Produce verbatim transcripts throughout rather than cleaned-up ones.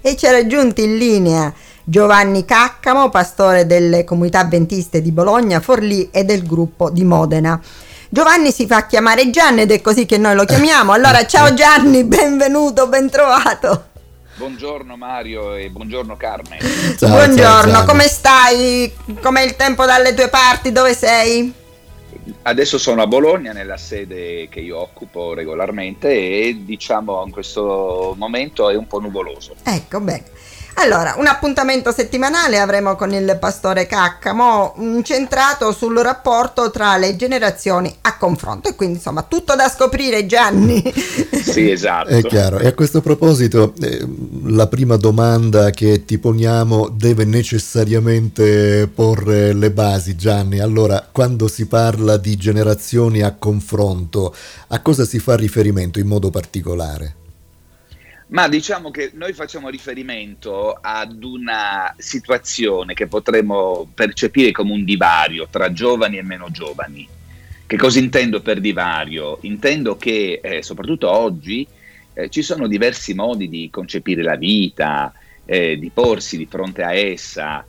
e ci ha raggiunti in linea Giovanni Caccamo, pastore delle comunità avventiste di Bologna, Forlì e del gruppo di Modena. Giovanni si fa chiamare Gianni ed è così che noi lo chiamiamo. Allora, ciao Gianni, benvenuto, ben trovato. Buongiorno Mario e buongiorno Carmen. Ciao, buongiorno, ciao, come stai? Com'è il tempo dalle tue parti? Dove sei? Adesso sono a Bologna, nella sede che io occupo regolarmente, e diciamo in questo momento è un po' nuvoloso. Ecco, bene. Allora, un appuntamento settimanale avremo con il pastore Caccamo, incentrato sul rapporto tra le generazioni a confronto, e quindi insomma tutto da scoprire, Gianni. Sì, esatto. È chiaro. E a questo proposito, eh, la prima domanda che ti poniamo deve necessariamente porre le basi, Gianni. Allora, quando si parla di generazioni a confronto, a cosa si fa riferimento in modo particolare? Ma diciamo che noi facciamo riferimento ad una situazione che potremmo percepire come un divario tra giovani e meno giovani. Che cosa intendo per divario? Intendo che eh, soprattutto oggi eh, ci sono diversi modi di concepire la vita, eh, di porsi di fronte a essa.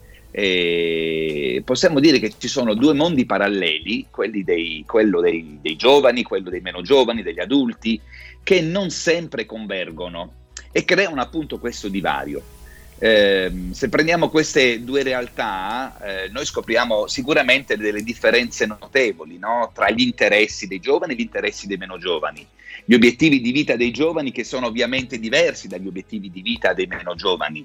Eh, possiamo dire che ci sono due mondi paralleli, quelli dei, quello dei, dei giovani, quello dei meno giovani, degli adulti, che non sempre convergono e creano appunto questo divario. Eh, se prendiamo queste due realtà, eh, noi scopriamo sicuramente delle differenze notevoli, no? Tra gli interessi dei giovani e gli interessi dei meno giovani, gli obiettivi di vita dei giovani che sono ovviamente diversi dagli obiettivi di vita dei meno giovani,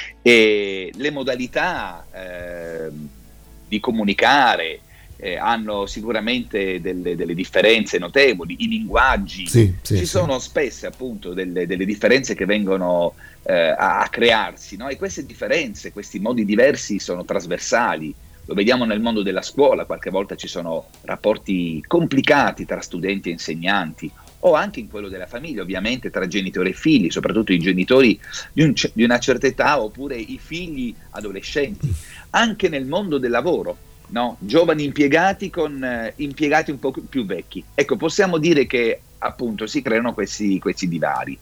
e le modalità eh, di comunicare Eh, hanno sicuramente delle, delle differenze notevoli, i linguaggi, sì, sì, ci sì. sono spesso appunto delle, delle differenze che vengono eh, a, a crearsi, no? E queste differenze, questi modi diversi sono trasversali, lo vediamo nel mondo della scuola, qualche volta ci sono rapporti complicati tra studenti e insegnanti, o anche in quello della famiglia, ovviamente tra genitori e figli, soprattutto i genitori di, un, di una certa età, oppure i figli adolescenti, anche nel mondo del lavoro. No, giovani impiegati con eh, impiegati un po' più vecchi. Ecco, possiamo dire che appunto si creano questi, questi divari.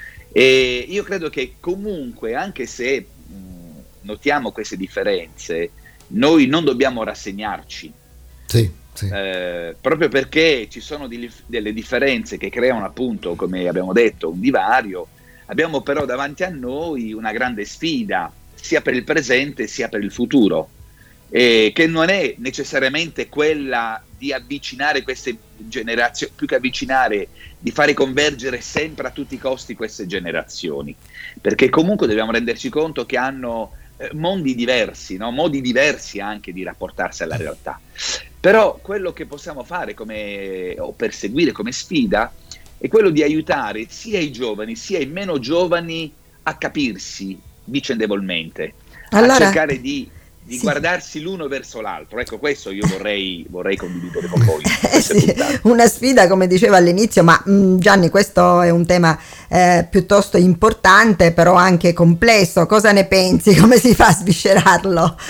E io credo che comunque, anche se mh, notiamo queste differenze, noi non dobbiamo rassegnarci. Sì, sì. Eh, proprio perché ci sono di, delle differenze che creano appunto, come abbiamo detto, un divario. Abbiamo però davanti a noi una grande sfida, sia per il presente sia per il futuro. Eh, che non è necessariamente quella di avvicinare queste generazioni, più che avvicinare, di fare convergere sempre a tutti i costi queste generazioni, perché comunque dobbiamo renderci conto che hanno eh, mondi diversi, no? Modi diversi anche di rapportarsi alla realtà. Però quello che possiamo fare come, o perseguire come sfida è quello di aiutare sia i giovani sia i meno giovani a capirsi vicendevolmente, allora, a cercare di di sì. guardarsi l'uno verso l'altro. Ecco, questo io vorrei, vorrei condividere con voi. Eh sì, una sfida, come dicevo all'inizio, ma mh, Gianni, questo è un tema eh, piuttosto importante, però anche complesso. Cosa ne pensi? Come si fa a sviscerarlo?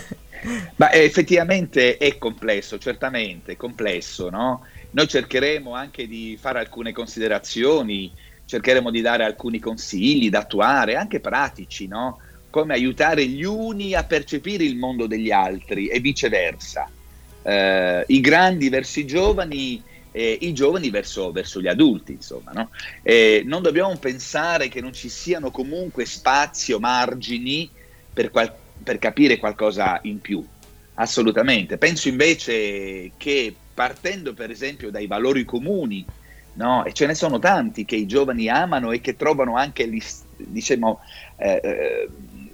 Ma effettivamente è complesso, certamente complesso, no? Noi cercheremo anche di fare alcune considerazioni, cercheremo di dare alcuni consigli da attuare, anche pratici, no? Come aiutare gli uni a percepire il mondo degli altri e viceversa, eh, i grandi verso i giovani e i giovani verso, verso gli adulti, insomma, no? E non dobbiamo pensare che non ci siano comunque spazi o margini per, qual- per capire qualcosa in più, assolutamente. Penso invece che partendo per esempio dai valori comuni, no? E ce ne sono tanti che i giovani amano e che trovano anche gli, diciamo, eh,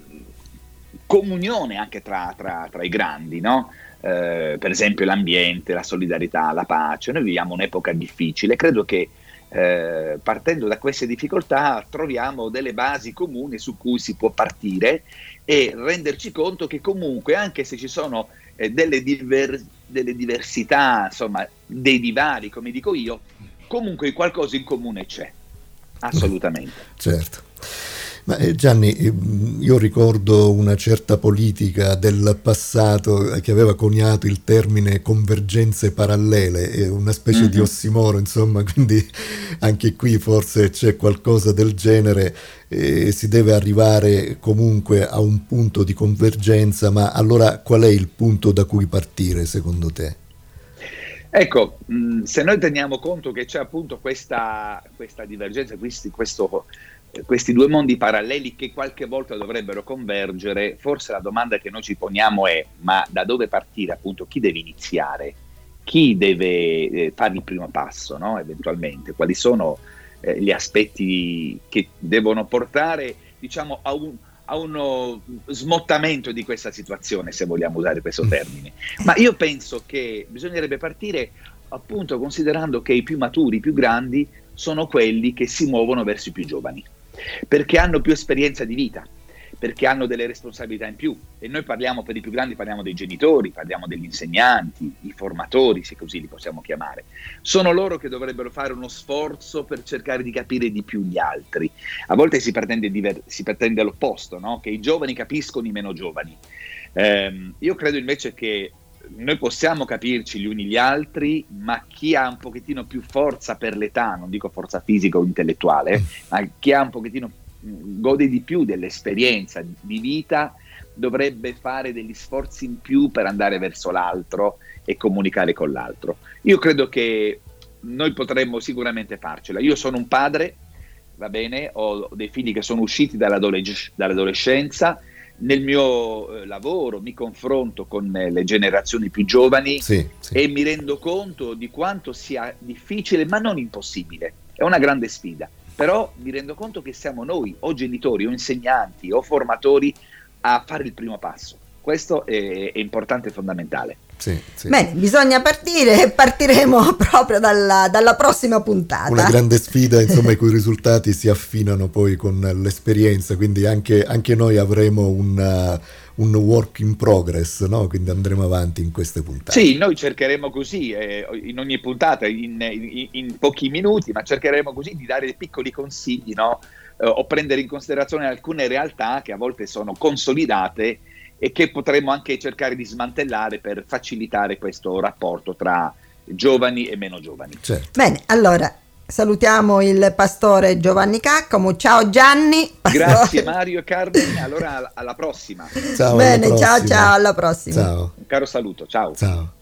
comunione anche tra, tra, tra i grandi, no? Eh, per esempio l'ambiente, la solidarietà, la pace. Noi viviamo un'epoca difficile, credo che eh, partendo da queste difficoltà troviamo delle basi comuni su cui si può partire e renderci conto che comunque, anche se ci sono eh, delle, diver- delle diversità, insomma dei divari, come dico io, comunque qualcosa in comune c'è, assolutamente. Certo. Ma eh, Gianni, eh, io ricordo una certa politica del passato che aveva coniato il termine convergenze parallele, è una specie mm-hmm. di ossimoro, insomma, quindi anche qui forse c'è qualcosa del genere, eh, si deve arrivare comunque a un punto di convergenza, ma allora qual è il punto da cui partire secondo te? Ecco, mh, se noi teniamo conto che c'è appunto questa, questa divergenza, questi, questo... questi due mondi paralleli che qualche volta dovrebbero convergere, forse la domanda che noi ci poniamo è: ma da dove partire, appunto, chi deve iniziare, chi deve eh, fare il primo passo, no? Eventualmente, quali sono eh, gli aspetti che devono portare, diciamo, a, un, a uno smottamento di questa situazione, se vogliamo usare questo termine. Ma io penso che bisognerebbe partire appunto considerando che i più maturi, i più grandi sono quelli che si muovono verso i più giovani, perché hanno più esperienza di vita, perché hanno delle responsabilità in più. E noi parliamo, per i più grandi parliamo dei genitori, parliamo degli insegnanti, i formatori, se così li possiamo chiamare. Sono loro che dovrebbero fare uno sforzo per cercare di capire di più gli altri. A volte si pretende, diver- si pretende l'opposto, no? Che i giovani capiscono i meno giovani. Ehm, io credo invece che noi possiamo capirci gli uni gli altri, ma chi ha un pochettino più forza per l'età, non dico forza fisica o intellettuale, ma chi ha un pochettino, gode di più dell'esperienza di vita, dovrebbe fare degli sforzi in più per andare verso l'altro e comunicare con l'altro. Io credo che noi potremmo sicuramente farcela. Io sono un padre, va bene, ho dei figli che sono usciti dall'adolesc- dall'adolescenza. Nel mio eh, lavoro mi confronto con eh, le generazioni più giovani, sì, sì. E mi rendo conto di quanto sia difficile, ma non impossibile. È una grande sfida, però mi rendo conto che siamo noi, o genitori, o insegnanti, o formatori, a fare il primo passo. Questo è, è importante e fondamentale. Sì, sì. Bene, bisogna partire e partiremo proprio dalla, dalla prossima puntata. Una grande sfida, insomma, i cui risultati si affinano poi con l'esperienza, quindi anche, anche noi avremo un, un work in progress, no? Quindi andremo avanti in queste puntate. Sì, noi cercheremo così, eh, in ogni puntata, in, in, in pochi minuti, ma cercheremo così di dare dei piccoli consigli, no? Eh, o prendere in considerazione alcune realtà che a volte sono consolidate e che potremmo anche cercare di smantellare per facilitare questo rapporto tra giovani e meno giovani. Certo. Bene, allora salutiamo il pastore Giovanni Caccamo. Ciao Gianni. Pastore. Grazie Mario e Carmen, allora alla prossima. Ciao. Bene, alla ciao prossima. ciao, alla prossima. Ciao. Un caro saluto, ciao. Ciao.